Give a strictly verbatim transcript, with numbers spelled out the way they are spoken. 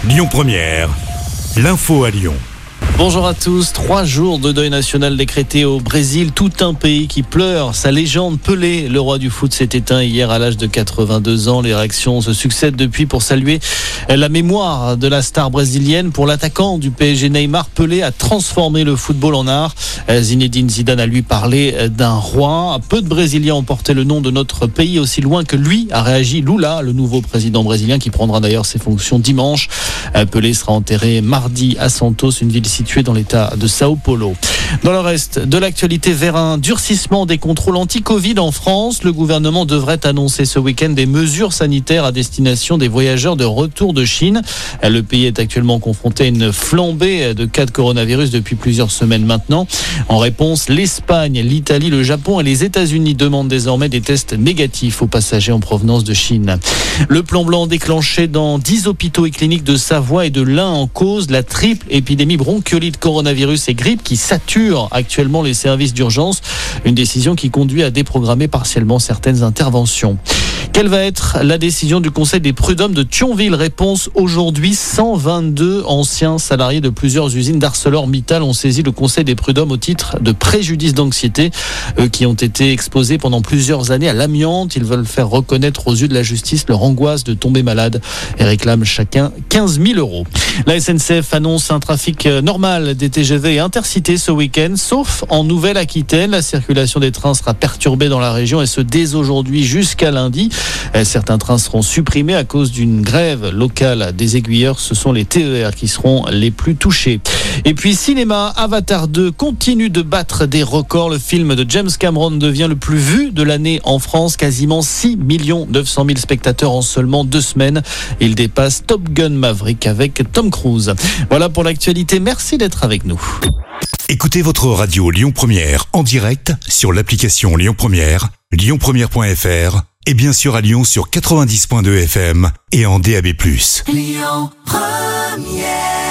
Lyon Première, l'info à Lyon. Bonjour à tous. Trois jours de deuil national décrété au Brésil. Tout un pays qui pleure. Sa légende Pelé, le roi du foot, s'est éteint hier à l'âge de quatre-vingt-deux ans. Les réactions se succèdent depuis pour saluer la mémoire de la star brésilienne. Pour l'attaquant du P S G Neymar, Pelé a transformé le football en art. Zinedine Zidane a lui parlé d'un roi. Peu de Brésiliens ont porté le nom de notre pays aussi loin que lui, a réagi Lula, le nouveau président brésilien qui prendra d'ailleurs ses fonctions dimanche. Pelé sera enterré mardi à Santos, une ville située dans l'état de Sao Paulo. Dans le reste de l'actualité, vers un durcissement des contrôles anti-Covid en France, le gouvernement devrait annoncer ce week-end des mesures sanitaires à destination des voyageurs de retour de Chine. Le pays est actuellement confronté à une flambée de cas de coronavirus depuis plusieurs semaines maintenant. En réponse, l'Espagne, l'Italie, le Japon et les États-Unis demandent désormais des tests négatifs aux passagers en provenance de Chine. Le plan blanc déclenché dans dix hôpitaux et cliniques de Savoie et de l'Ain en cause la triple épidémie bronchiolite, coronavirus et grippe qui sature actuellement les services d'urgence. Une décision qui conduit à déprogrammer partiellement certaines interventions. Quelle va être la décision du Conseil des prud'hommes de Thionville? Réponse aujourd'hui. cent vingt-deux anciens salariés de plusieurs usines d'ArcelorMittal ont saisi le Conseil des prud'hommes au titre de préjudice d'anxiété, eux qui ont été exposés pendant plusieurs années à l'amiante. Ils veulent faire reconnaître aux yeux de la justice leur angoisse de tomber malade et réclament chacun quinze mille euros. La S N C F annonce un trafic normal des T G V et Intercités ce week-end, sauf en Nouvelle-Aquitaine. La circulation des trains sera perturbée dans la région et ce dès aujourd'hui jusqu'à lundi. Certains trains seront supprimés à cause d'une grève locale des aiguilleurs. Ce sont les T E R qui seront les plus touchés. Et puis cinéma, Avatar deux continue de battre des records. Le film de James Cameron devient le plus vu de l'année en France. Quasiment six millions neuf cent mille spectateurs en seulement deux semaines. Il dépasse Top Gun Maverick avec Tom Cruise. Voilà pour l'actualité. Merci d'être avec nous. Écoutez votre radio Lyon Première en direct sur l'application Lyon Première, lyon première point f r et bien sûr à Lyon sur quatre-vingt-dix virgule deux F M et en D A B plus. Lyon Première.